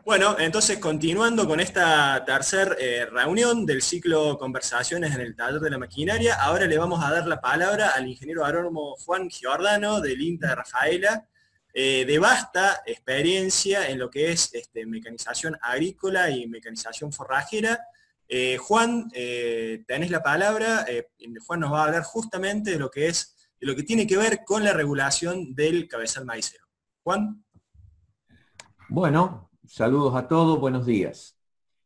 Bueno, entonces continuando con esta tercera reunión del ciclo Conversaciones en el Taller de la Maquinaria, ahora le vamos a dar la palabra al ingeniero agrónomo Juan Giordano del INTA de Rafaela, de vasta experiencia en lo que es mecanización agrícola y mecanización forrajera. Juan, tenés la palabra. Juan nos va a hablar justamente de lo que tiene que ver con la regulación del cabezal maicero. Juan. Bueno, saludos a todos, buenos días.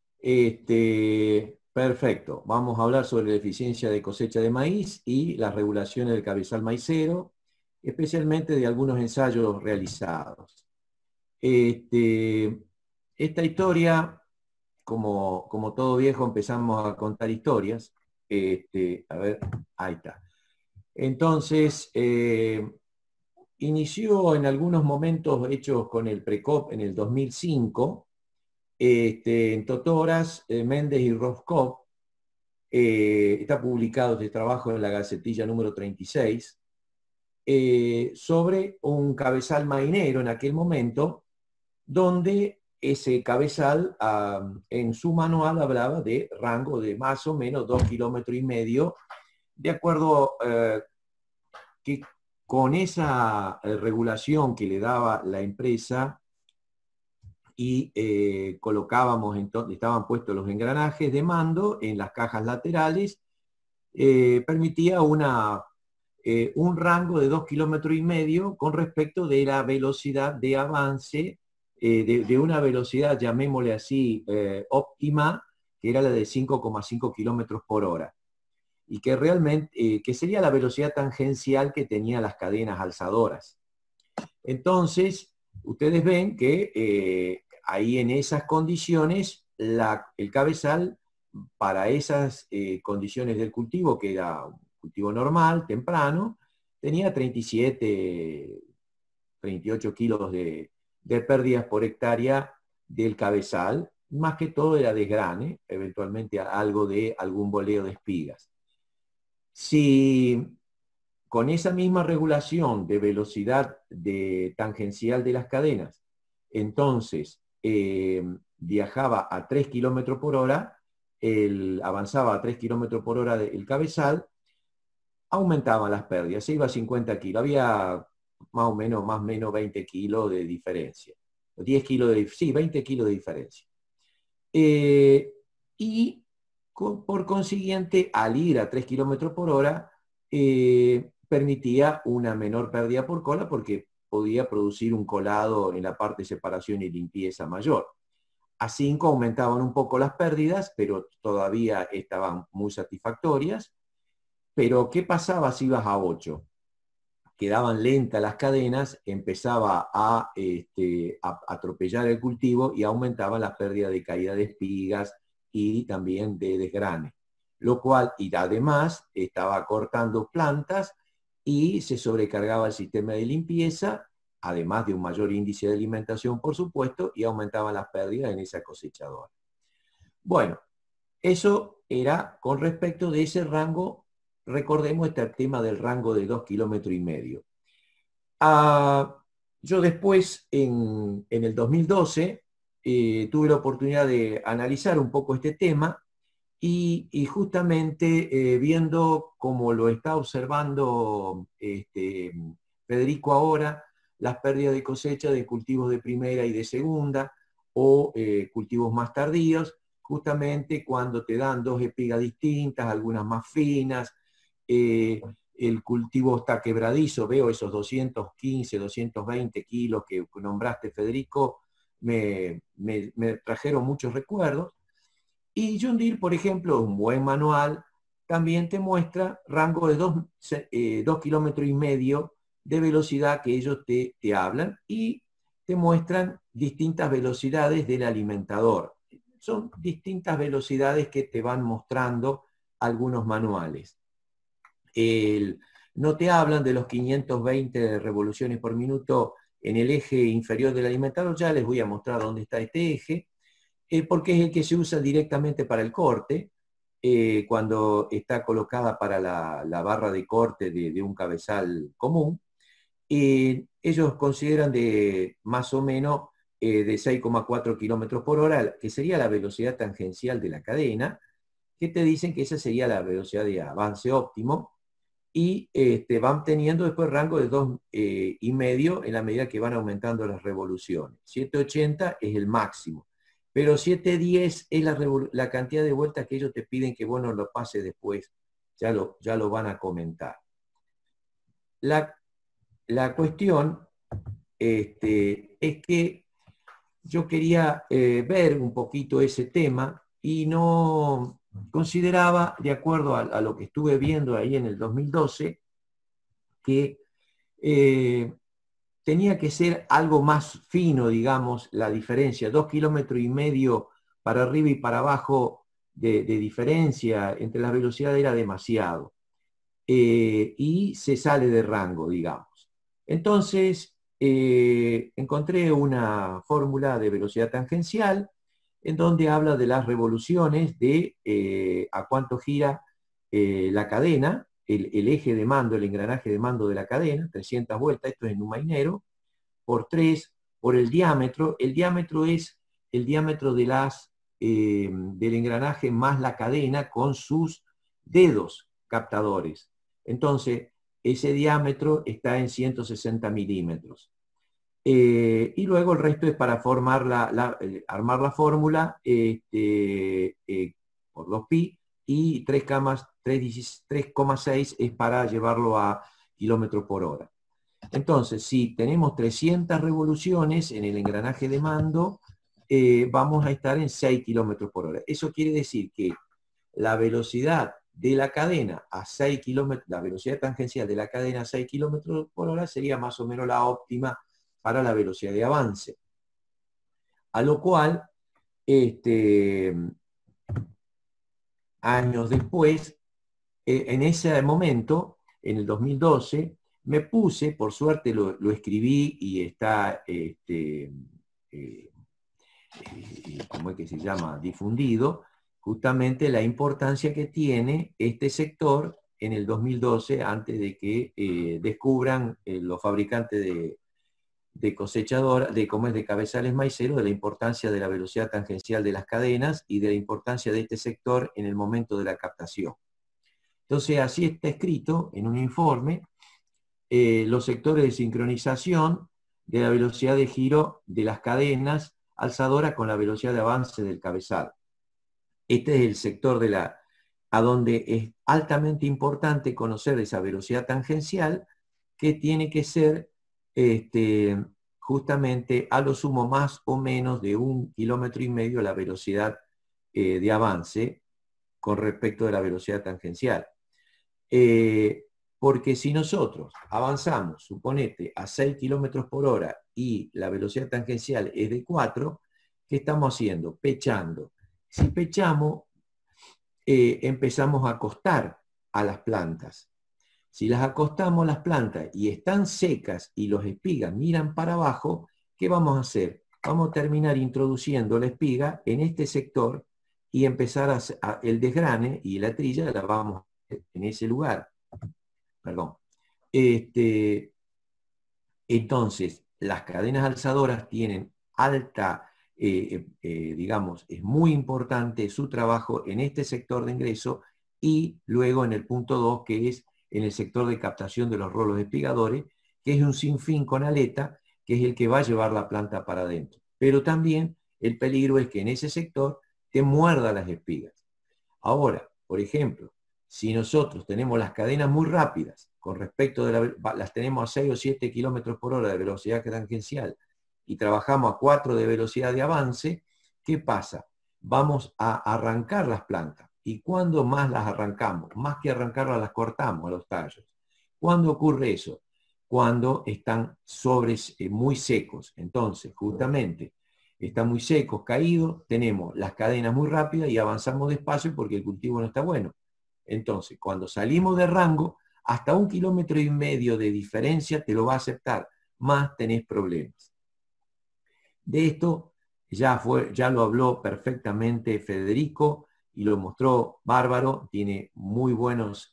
Perfecto, vamos a hablar sobre la eficiencia de cosecha de maíz y las regulaciones del cabezal maicero, especialmente de algunos ensayos realizados. Esta historia, como todo viejo, empezamos a contar historias. A ver, ahí está. Entonces, inició en algunos momentos hechos con el Precop en el 2005, en Totoras, Méndez y Roscoff. Está publicado este trabajo en la Gacetilla número 36, sobre un cabezal mainero en aquel momento, donde ese cabezal en su manual hablaba de rango de más o menos 2,5 kilómetros, de acuerdo que con esa regulación que le daba la empresa y colocábamos, entonces estaban puestos los engranajes de mando en las cajas laterales, permitía un rango de 2,5 kilómetros con respecto de la velocidad de avance, de una velocidad, llamémosle así, óptima, que era la de 5,5 kilómetros por hora. Y que realmente, que sería la velocidad tangencial que tenían las cadenas alzadoras. Entonces, ustedes ven que ahí en esas condiciones, el cabezal, para esas condiciones del cultivo, que era un cultivo normal, temprano, tenía 37, 38 kilos de pérdidas por hectárea del cabezal, más que todo era desgrane, eventualmente algo de algún boleo de espigas. Si con esa misma regulación de velocidad tangencial de las cadenas, entonces viajaba a 3 kilómetros por hora, avanzaba a 3 kilómetros por hora el cabezal, aumentaban las pérdidas, se iba a 50 kilos, había más o menos 20 kilos de diferencia, 10 kilos sí, 20 kilos de diferencia. Y por consiguiente, al ir a 3 kilómetros por hora, permitía una menor pérdida por cola porque podía producir un colado en la parte de separación y limpieza mayor. A 5 aumentaban un poco las pérdidas, pero todavía estaban muy satisfactorias. Pero, ¿qué pasaba si ibas a 8? Quedaban lentas las cadenas, empezaba a atropellar el cultivo y aumentaban las pérdidas de caída de espigas y también de desgrane. Lo cual, y además, estaba cortando plantas y se sobrecargaba el sistema de limpieza, además de un mayor índice de alimentación, por supuesto, y aumentaban las pérdidas en esa cosechadora. Bueno, eso era con respecto de ese rango. Recordemos este tema del rango de 2,5 kilómetros. Yo después, en el 2012, tuve la oportunidad de analizar un poco este tema y justamente viendo cómo lo está observando Federico ahora, las pérdidas de cosecha de cultivos de primera y de segunda o cultivos más tardíos, justamente cuando te dan dos espigas distintas, algunas más finas, el cultivo está quebradizo, veo esos 215, 220 kilos que nombraste, Federico, me trajeron muchos recuerdos. Y John Deere, por ejemplo, un buen manual, también te muestra rango de 2,5 kilómetros de velocidad que ellos te hablan y te muestran distintas velocidades del alimentador. Son distintas velocidades que te van mostrando algunos manuales. No te hablan de los 520 revoluciones por minuto en el eje inferior del alimentador, ya les voy a mostrar dónde está este eje, porque es el que se usa directamente para el corte, cuando está colocada para la barra de corte de un cabezal común. Ellos consideran de más o menos de 6,4 kilómetros por hora, que sería la velocidad tangencial de la cadena, que te dicen que esa sería la velocidad de avance óptimo, y van teniendo después rango de 2,5 en la medida que van aumentando las revoluciones. 780 es el máximo, pero 710 es la cantidad de vueltas que ellos te piden que vos no lo pases después, ya lo van a comentar. La cuestión es que yo quería ver un poquito ese tema y no consideraba, de acuerdo a lo que estuve viendo ahí en el 2012, que tenía que ser algo más fino, digamos, la diferencia, 2,5 kilómetros para arriba y para abajo de diferencia entre las velocidades era demasiado. Y se sale de rango, digamos. Entonces, encontré una fórmula de velocidad tangencial en donde habla de las revoluciones de a cuánto gira la cadena, el eje de mando, el engranaje de mando de la cadena, 300 vueltas, esto es en un mainero, por 3, por el diámetro. El diámetro es el diámetro de del engranaje más la cadena con sus dedos captadores. Entonces, ese diámetro está en 160 milímetros. Y luego el resto es para formar armar la fórmula por 2pi, y 3,6 es para llevarlo a kilómetros por hora. Entonces, si tenemos 300 revoluciones en el engranaje de mando, vamos a estar en 6 kilómetros por hora. Eso quiere decir que la velocidad de la cadena a 6 kilómetros, la velocidad tangencial de la cadena a 6 kilómetros por hora sería más o menos la óptima para la velocidad de avance. A lo cual, años después, en ese momento, en el 2012, me puse, por suerte lo escribí y está, ¿cómo es que se llama? Difundido, justamente la importancia que tiene este sector en el 2012, antes de que descubran los fabricantes de cosechadoras, de cabezales maiceros, de la importancia de la velocidad tangencial de las cadenas y de la importancia de este sector en el momento de la captación. Entonces, así está escrito en un informe, los sectores de sincronización de la velocidad de giro de las cadenas alzadoras con la velocidad de avance del cabezal. Este es el sector a donde es altamente importante conocer esa velocidad tangencial, que tiene que ser justamente a lo sumo más o menos de 1,5 kilómetros la velocidad de avance con respecto de la velocidad tangencial. Porque si nosotros avanzamos, suponete, a 6 kilómetros por hora y la velocidad tangencial es de 4, ¿qué estamos haciendo? Pechando. Si pechamos, empezamos a acostar a las plantas. Si las acostamos las plantas y están secas y los espigas miran para abajo, ¿qué vamos a hacer? Vamos a terminar introduciendo la espiga en este sector y empezar el desgrane y la trilla la vamos a hacer en ese lugar. Perdón. Entonces, las cadenas alzadoras tienen alta, digamos, es muy importante su trabajo en este sector de ingreso, y luego en el punto 2, que es en el sector de captación de los rolos espigadores, que es un sinfín con aleta, que es el que va a llevar la planta para adentro. Pero también el peligro es que en ese sector te muerda las espigas. Ahora, por ejemplo, si nosotros tenemos las cadenas muy rápidas, con respecto las tenemos a 6 o 7 kilómetros por hora de velocidad tangencial, y trabajamos a 4 de velocidad de avance, ¿qué pasa? Vamos a arrancar las plantas. ¿Y cuándo más las arrancamos? Más que arrancarlas, las cortamos a los tallos. ¿Cuándo ocurre eso? Cuando están muy secos. Entonces, justamente, están muy secos, caídos, tenemos las cadenas muy rápidas y avanzamos despacio porque el cultivo no está bueno. Entonces, cuando salimos de rango, hasta 1,5 kilómetros de diferencia te lo va a aceptar, más tenés problemas. De esto ya lo habló perfectamente Federico y lo mostró bárbaro, tiene muy buenos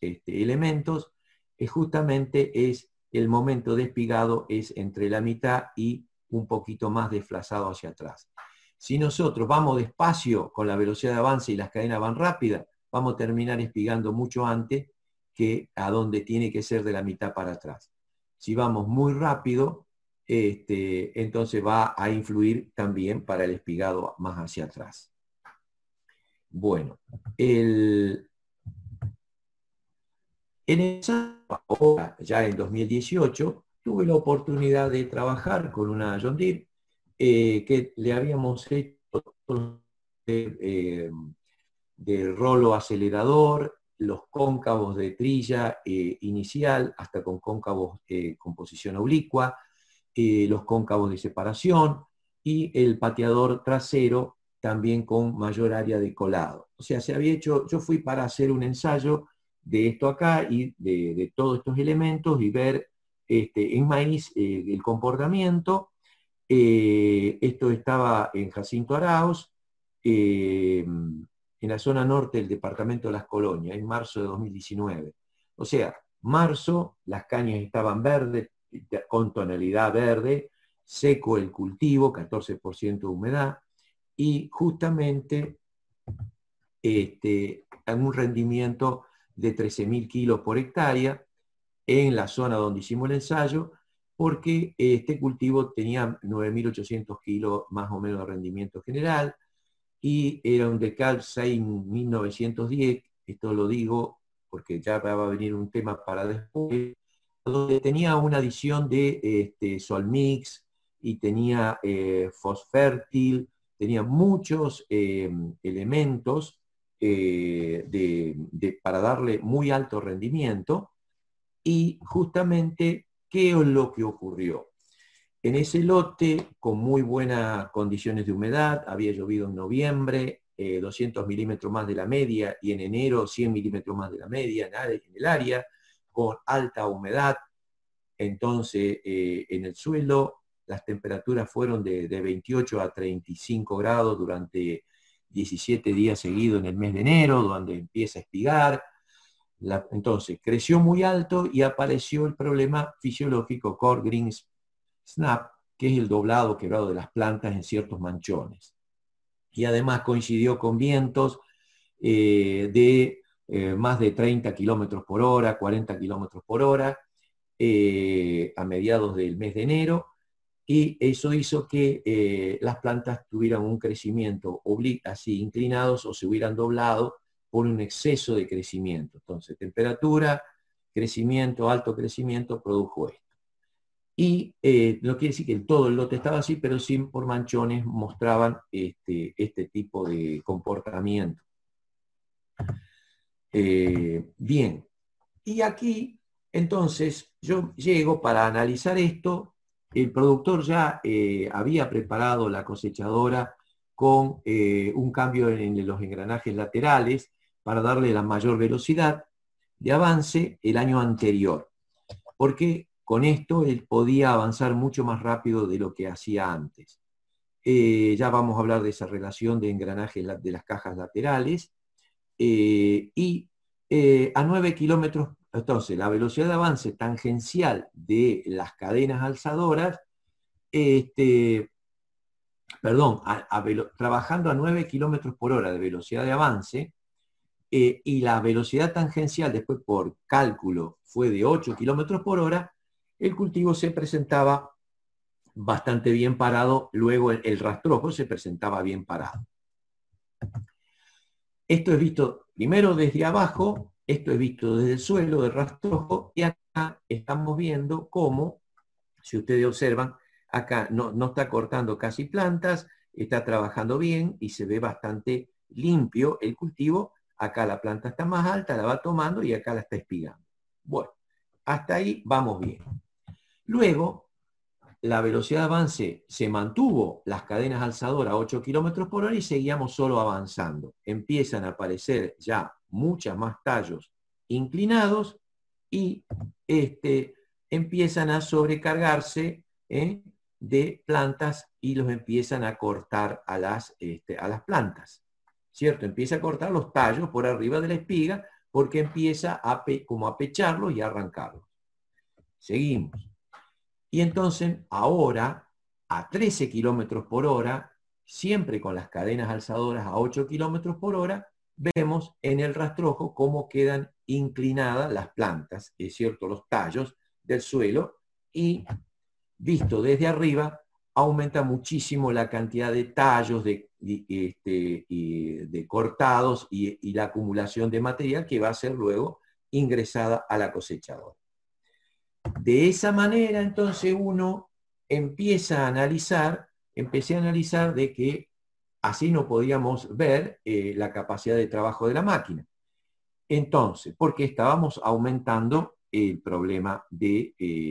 elementos. Justamente es el momento de espigado, es entre la mitad y un poquito más desplazado hacia atrás. Si nosotros vamos despacio con la velocidad de avance y las cadenas van rápidas, vamos a terminar espigando mucho antes que a donde tiene que ser de la mitad para atrás. Si vamos muy rápido, entonces va a influir también para el espigado más hacia atrás. Bueno, ahora, ya en 2018, tuve la oportunidad de trabajar con una John Deere que le habíamos hecho de rolo acelerador, los cóncavos de trilla inicial, hasta con cóncavos con posición oblicua, los cóncavos de separación y el pateador trasero también con mayor área de colado. O sea, se había hecho, yo fui para hacer un ensayo de esto acá y de todos estos elementos y ver en maíz el comportamiento. Esto estaba en Jacinto Arauz, en la zona norte del departamento de Las Colonias, en marzo de 2019. O sea, marzo, las cañas estaban verdes, con tonalidad verde, seco el cultivo, 14% de humedad, y justamente en un rendimiento de 13.000 kilos por hectárea en la zona donde hicimos el ensayo, porque este cultivo tenía 9.800 kilos más o menos de rendimiento general, y era un Decal 6.910, esto lo digo porque ya va a venir un tema para después, donde tenía una adición de Solmix y tenía Fosfértil, tenía muchos elementos para darle muy alto rendimiento. Y justamente, ¿qué es lo que ocurrió? En ese lote, con muy buenas condiciones de humedad, había llovido en noviembre, 200 milímetros más de la media, y en enero 100 milímetros más de la media en el área, con alta humedad. Entonces, en el suelo, las temperaturas fueron de 28 a 35 grados durante 17 días seguidos en el mes de enero, donde empieza a espigar. Entonces, creció muy alto y apareció el problema fisiológico Core Green Snap, que es el doblado, quebrado de las plantas en ciertos manchones. Y además coincidió con vientos de más de 30 kilómetros por hora, 40 kilómetros por hora, a mediados del mes de enero, y eso hizo que las plantas tuvieran un crecimiento así inclinados o se hubieran doblado por un exceso de crecimiento. Entonces, temperatura, crecimiento, alto crecimiento, produjo esto. Y no quiere decir que todo el lote estaba así, pero sí por manchones mostraban este tipo de comportamiento. Bien, y aquí entonces yo llego para analizar esto. El productor ya había preparado la cosechadora con un cambio en los engranajes laterales para darle la mayor velocidad de avance el año anterior, porque con esto él podía avanzar mucho más rápido de lo que hacía antes. Ya vamos a hablar de esa relación de engranajes de las cajas laterales. Y a 9 kilómetros, entonces la velocidad de avance tangencial de las cadenas alzadoras, trabajando a 9 kilómetros por hora de velocidad de avance, y la velocidad tangencial después por cálculo fue de 8 kilómetros por hora, el cultivo se presentaba bastante bien parado, luego el rastrojo se presentaba bien parado. Esto es visto primero desde abajo, esto es visto desde el suelo de rastrojo, y acá estamos viendo cómo, si ustedes observan, acá no está cortando casi plantas, está trabajando bien y se ve bastante limpio el cultivo. Acá la planta está más alta, la va tomando y acá la está espigando. Bueno, hasta ahí vamos bien. Luego, la velocidad de avance se mantuvo, las cadenas alzadoras a 8 kilómetros por hora y seguíamos solo avanzando. Empiezan a aparecer ya muchos más tallos inclinados y empiezan a sobrecargarse de plantas y los empiezan a cortar a las plantas. ¿Cierto? Empieza a cortar los tallos por arriba de la espiga porque empieza como a pecharlos y a arrancarlos. Seguimos. Y entonces, ahora, a 13 kilómetros por hora, siempre con las cadenas alzadoras a 8 kilómetros por hora, vemos en el rastrojo cómo quedan inclinadas las plantas, es cierto, los tallos del suelo, y visto desde arriba, aumenta muchísimo la cantidad de tallos, de cortados y la acumulación de material que va a ser luego ingresada a la cosechadora. De esa manera, entonces, uno empieza a analizar, empecé a analizar de que así no podíamos ver la capacidad de trabajo de la máquina. Entonces, porque estábamos aumentando el problema del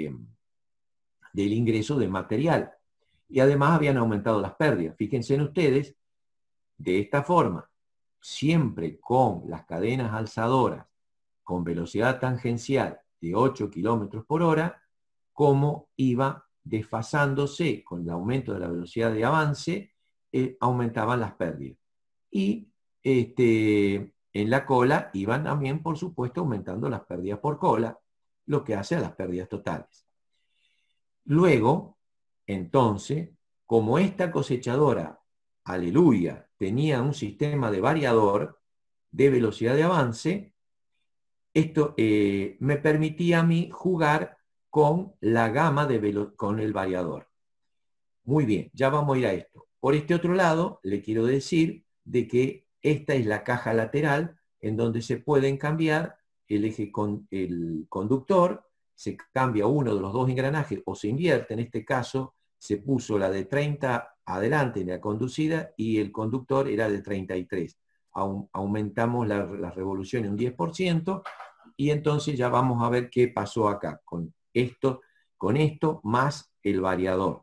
ingreso de material. Y además habían aumentado las pérdidas. Fíjense en ustedes, de esta forma, siempre con las cadenas alzadoras, con velocidad tangencial de 8 kilómetros por hora, cómo iba desfasándose con el aumento de la velocidad de avance, aumentaban las pérdidas. Y en la cola iban también, por supuesto, aumentando las pérdidas por cola, lo que hace a las pérdidas totales. Luego, entonces, como esta cosechadora, aleluya, tenía un sistema de variador de velocidad de avance, esto me permitía a mí jugar con la gama con el variador. Muy bien, ya vamos a ir a esto. Por este otro lado, le quiero decir de que esta es la caja lateral en donde se pueden cambiar el eje el conductor, se cambia uno de los dos engranajes o se invierte. En este caso se puso la de 30 adelante en la conducida y el conductor era de 33. Aumentamos las revoluciones un 10% y entonces ya vamos a ver qué pasó acá con esto más el variador.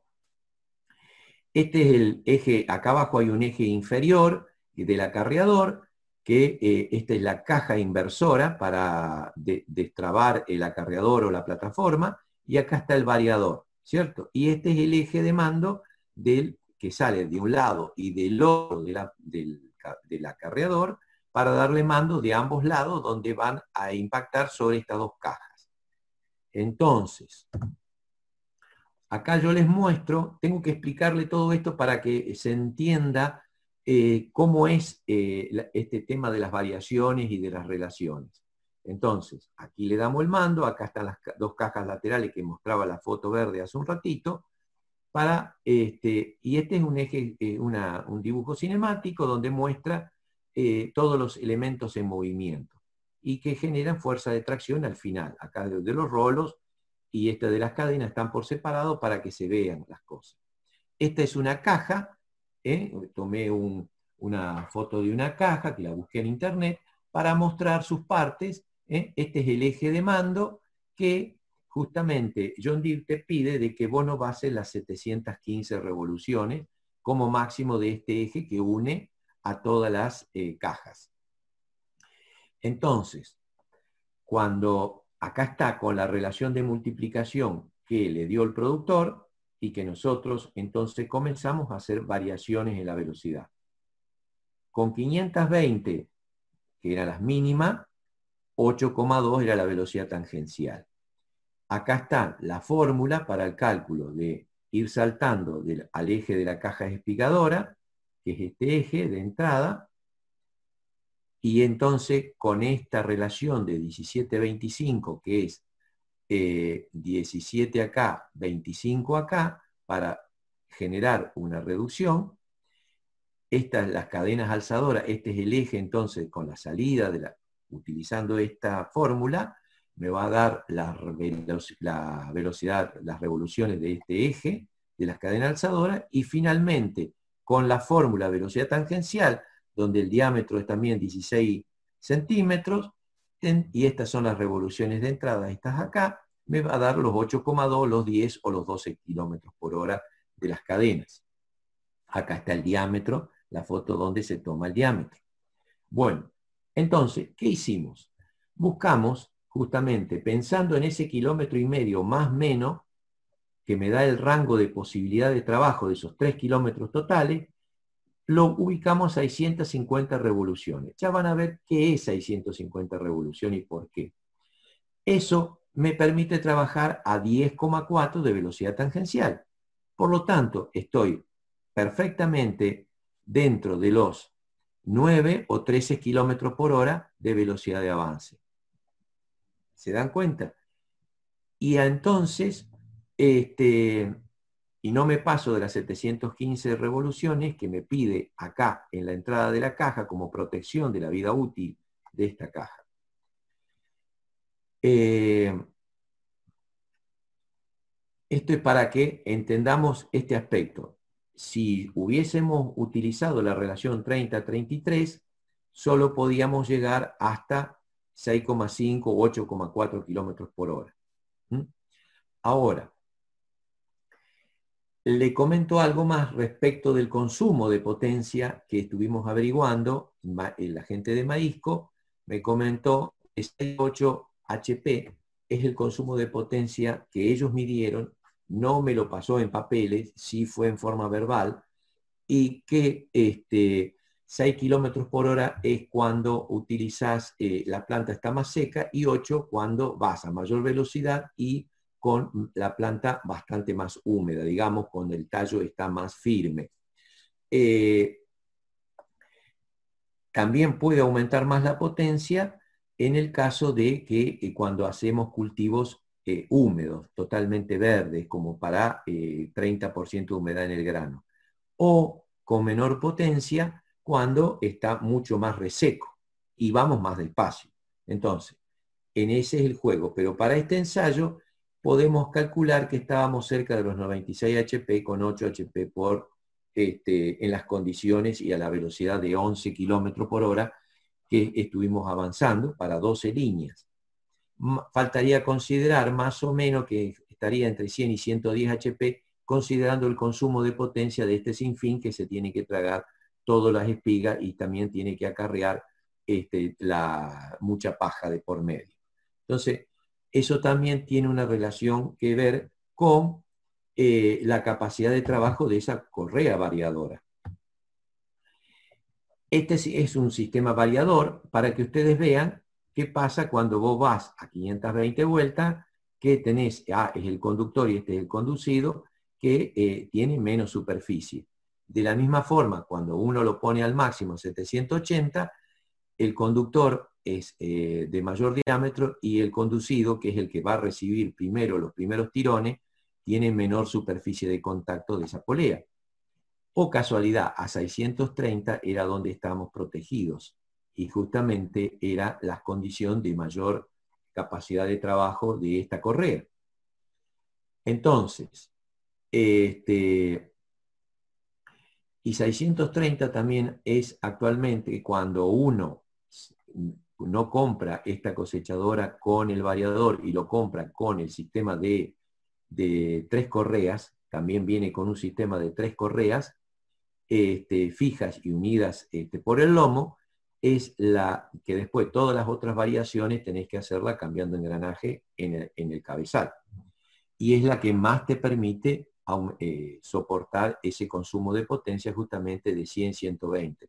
Este es el eje, acá abajo hay un eje inferior del acarreador, que esta es la caja inversora para destrabar el acarreador o la plataforma, y acá está el variador, ¿cierto? Y este es el eje de mando que sale de un lado y del otro del acarreador para darle mando de ambos lados donde van a impactar sobre estas dos cajas. Entonces, acá yo les muestro, tengo que explicarle todo esto para que se entienda cómo es este tema de las variaciones y de las relaciones. Entonces, aquí le damos el mando, acá están las dos cajas laterales que mostraba la foto verde hace un ratito, y este es un eje, un dibujo cinemático donde muestra todos los elementos en movimiento y que generan fuerza de tracción al final. Acá de los rolos y esta de las cadenas están por separado para que se vean las cosas. Esta es una caja, tomé una foto de una caja que la busqué en internet para mostrar sus partes. Este es el eje de mando que justamente John Deere te pide de que vos no bases las 715 revoluciones como máximo de este eje que une a todas las cajas. Entonces, cuando acá está con la relación de multiplicación que le dio el productor y que nosotros entonces comenzamos a hacer variaciones en la velocidad. Con 520, que era las mínimas, 8,2 era la velocidad tangencial. Acá está la fórmula para el cálculo de ir saltando al eje de la caja explicadora, que es este eje de entrada, y entonces con esta relación de 17-25, que es 17 acá, 25 acá, para generar una reducción, las cadenas alzadoras, este es el eje entonces con la salida, utilizando esta fórmula, me va a dar la velocidad, las revoluciones de este eje, de las cadenas alzadoras, y finalmente, con la fórmula velocidad tangencial, donde el diámetro es también 16 centímetros, y estas son las revoluciones de entrada, estas acá, me va a dar los 8,2, los 10 o los 12 kilómetros por hora de las cadenas. Acá está el diámetro, la foto donde se toma el diámetro. Bueno, entonces, ¿qué hicimos? Buscamos, justamente, pensando en ese 1,5 kilómetros más menos, que me da el rango de posibilidad de trabajo de esos 3 kilómetros totales, lo ubicamos a 650 revoluciones. Ya van a ver qué es 650 revoluciones y por qué. Eso me permite trabajar a 10,4 de velocidad tangencial. Por lo tanto, estoy perfectamente dentro de los 9 o 13 kilómetros por hora de velocidad de avance. ¿Se dan cuenta? Y entonces, y no me paso de las 715 revoluciones que me pide acá en la entrada de la caja como protección de la vida útil de esta caja. Esto es para que entendamos este aspecto. Si hubiésemos utilizado la relación 30-33, solo podíamos llegar hasta 6,5 o 8,4 kilómetros por hora. Ahora, le comento algo más respecto del consumo de potencia que estuvimos averiguando. La gente de Maízco me comentó que 6,8 HP es el consumo de potencia que ellos midieron. No me lo pasó en papeles, sí fue en forma verbal, y que 6 kilómetros por hora es cuando utilizas, la planta está más seca, y 8 cuando vas a mayor velocidad y con la planta bastante más húmeda, digamos, cuando el tallo está más firme. También puede aumentar más la potencia en el caso de que cuando hacemos cultivos húmedos, totalmente verdes, como para 30% de humedad en el grano, o con menor potencia cuando está mucho más reseco y vamos más despacio. Entonces, en ese es el juego, pero para este ensayo podemos calcular que estábamos cerca de los 96 HP con 8 HP por, en las condiciones y a la velocidad de 11 kilómetros por hora que estuvimos avanzando para 12 líneas. Faltaría considerar más o menos que estaría entre 100 y 110 HP, considerando el consumo de potencia de este sinfín que se tiene que tragar todas las espigas y también tiene que acarrear mucha paja de por medio. Entonces, eso también tiene una relación que ver con la capacidad de trabajo de esa correa variadora. Este es un sistema variador para que ustedes vean qué pasa cuando vos vas a 520 vueltas, que tenés, es el conductor y este es el conducido, que tiene menos superficie. De la misma forma, cuando uno lo pone al máximo 780, el conductor es de mayor diámetro y el conducido, que es el que va a recibir primero los primeros tirones, tiene menor superficie de contacto de esa polea. O casualidad, a 630 era donde estábamos protegidos y justamente era la condición de mayor capacidad de trabajo de esta correa. Entonces, y 630 también es actualmente cuando uno no compra esta cosechadora con el variador y lo compra con el sistema de 3 correas, también viene con un sistema de 3 correas, fijas y unidas por el lomo, es la que después todas las otras variaciones tenés que hacerla cambiando engranaje en el cabezal. Y es la que más te permite soportar ese consumo de potencia justamente de 100-120.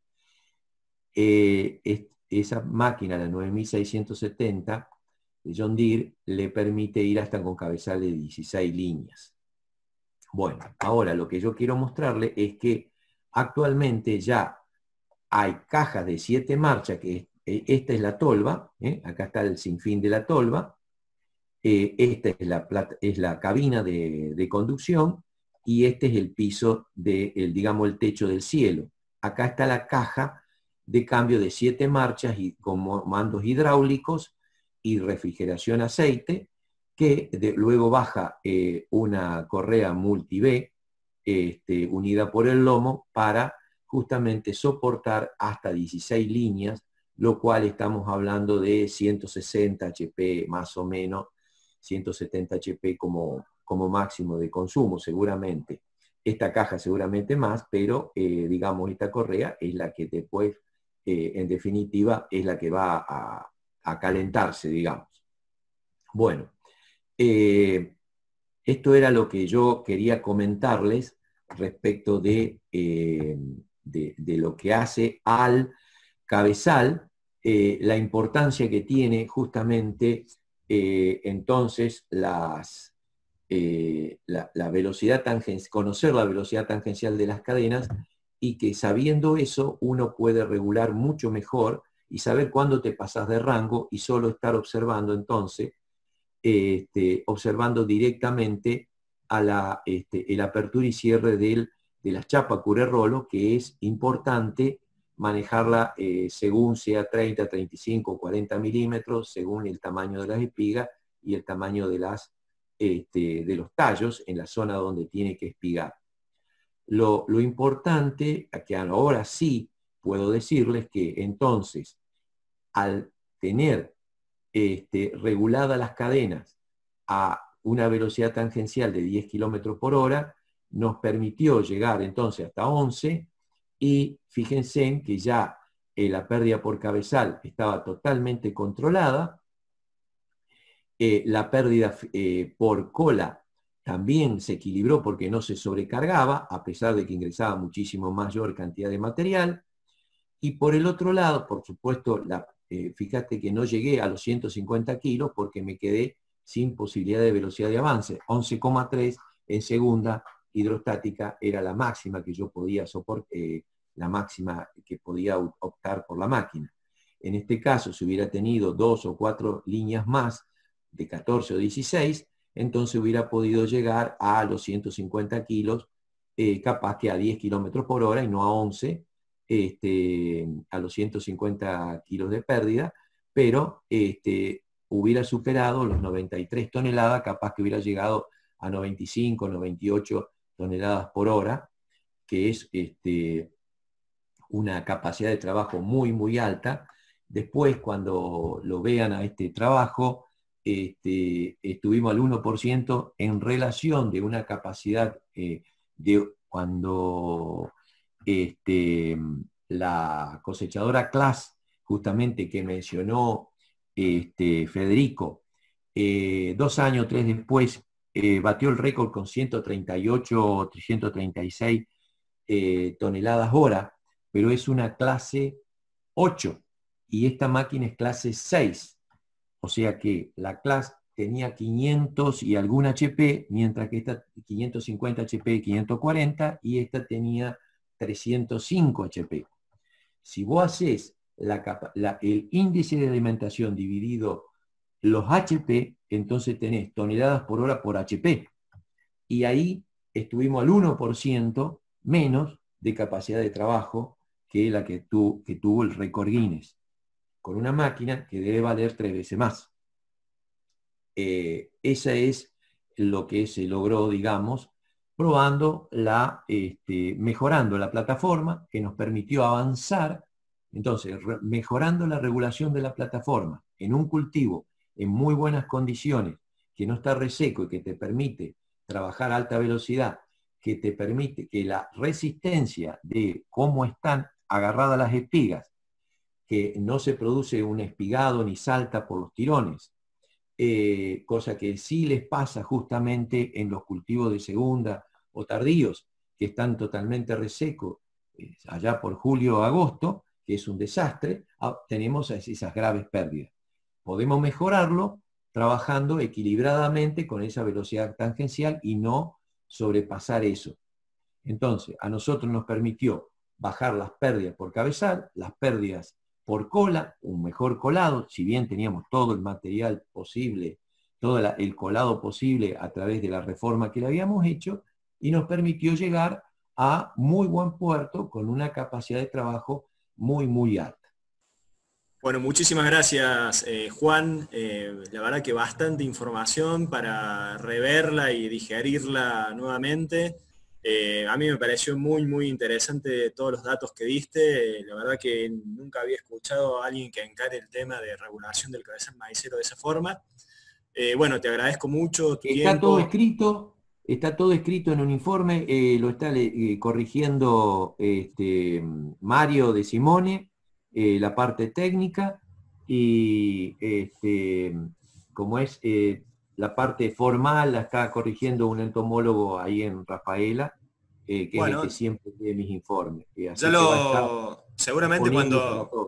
Esa máquina, la 9670 de John Deere, le permite ir hasta con cabezal de 16 líneas. Bueno, ahora lo que yo quiero mostrarle es que actualmente ya hay cajas de 7 marchas, que esta es la tolva, acá está el sinfín de la tolva, esta es la cabina de conducción, y este es el piso, digamos, el techo del cielo. Acá está la caja de cambio de 7 marchas y con mandos hidráulicos y refrigeración aceite, que luego baja una correa multi-B unida por el lomo para justamente soportar hasta 16 líneas, lo cual estamos hablando de 160 HP más o menos, 170 HP como máximo de consumo seguramente. Esta caja seguramente más, pero digamos esta correa es la que después, en definitiva, es la que va a calentarse, digamos. Bueno, esto era lo que yo quería comentarles respecto de lo que hace al cabezal, la importancia que tiene justamente entonces la velocidad tangencial, conocer la velocidad tangencial de las cadenas, y que sabiendo eso uno puede regular mucho mejor y saber cuándo te pasas de rango y solo estar observando entonces, observando directamente a el apertura y cierre de la chapa curerrolo, que es importante manejarla según sea 30, 35, 40 milímetros, según el tamaño de las espigas y el tamaño de los tallos en la zona donde tiene que espigar. Lo importante, que ahora sí puedo decirles, que entonces, al tener reguladas las cadenas a una velocidad tangencial de 10 kilómetros por hora, nos permitió llegar entonces hasta 11, y fíjense en que ya la pérdida por cabezal estaba totalmente controlada, la pérdida por cola también se equilibró porque no se sobrecargaba, a pesar de que ingresaba muchísimo mayor cantidad de material. Y por el otro lado, por supuesto, fíjate que no llegué a los 150 kilos porque me quedé sin posibilidad de velocidad de avance. 11,3 en segunda hidrostática era la máxima que yo podía soportar, la máxima que podía optar por la máquina. En este caso, si hubiera tenido 2 o 4 líneas más de 14 o 16, entonces hubiera podido llegar a los 150 kilos, capaz que a 10 kilómetros por hora y no a 11, a los 150 kilos de pérdida, pero hubiera superado los 93 toneladas, capaz que hubiera llegado a 95, 98 toneladas por hora, que es una capacidad de trabajo muy, muy alta. Después, cuando lo vean a este trabajo, estuvimos al 1% en relación de una capacidad de cuando la cosechadora Claas, justamente que mencionó Federico, 2 años, 3 después, batió el récord con 138, 336 toneladas hora, pero es una clase 8 y esta máquina es clase 6. O sea que la clase tenía 500 y algún HP, mientras que esta 550 HP y 540, y esta tenía 305 HP. Si vos haces el índice de alimentación dividido los HP, entonces tenés toneladas por hora por HP. Y ahí estuvimos al 1% menos de capacidad de trabajo que la que tuvo el récord Guinness, con una máquina que debe valer 3 veces más. Esa es lo que se logró, digamos, probando mejorando la plataforma, que nos permitió avanzar. Entonces, mejorando la regulación de la plataforma en un cultivo en muy buenas condiciones, que no está reseco y que te permite trabajar a alta velocidad, que te permite que la resistencia de cómo están agarradas las espigas, que no se produce un espigado ni salta por los tirones, cosa que sí les pasa justamente en los cultivos de segunda o tardíos, que están totalmente resecos, allá por julio o agosto, que es un desastre, tenemos esas graves pérdidas. Podemos mejorarlo trabajando equilibradamente con esa velocidad tangencial y no sobrepasar eso. Entonces, a nosotros nos permitió bajar las pérdidas por cabezal, las pérdidas por cola, un mejor colado, si bien teníamos todo el material posible, todo el colado posible a través de la reforma que le habíamos hecho, y nos permitió llegar a muy buen puerto con una capacidad de trabajo muy, muy alta. Bueno, muchísimas gracias, Juan. La verdad que bastante información para reverla y digerirla nuevamente. A mí me pareció muy, muy interesante todos los datos que diste. La verdad que nunca había escuchado a alguien que encare el tema de regulación del cabezal maicero de esa forma. Bueno, te agradezco mucho tu tiempo. Está todo escrito en un informe, lo está corrigiendo Mario de Simone, la parte técnica, y como es la parte formal, la está corrigiendo un entomólogo ahí en Rafaela, que bueno, es el que siempre tiene mis informes. Así ya seguramente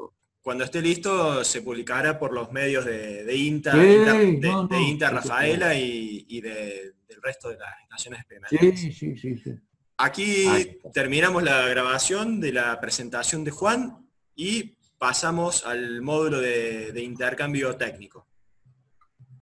cuando esté listo se publicará por los medios de INTA, de INTA Rafaela y del resto de las estaciones experimentales. Sí. Aquí terminamos la grabación de la presentación de Juan y pasamos al módulo de intercambio técnico.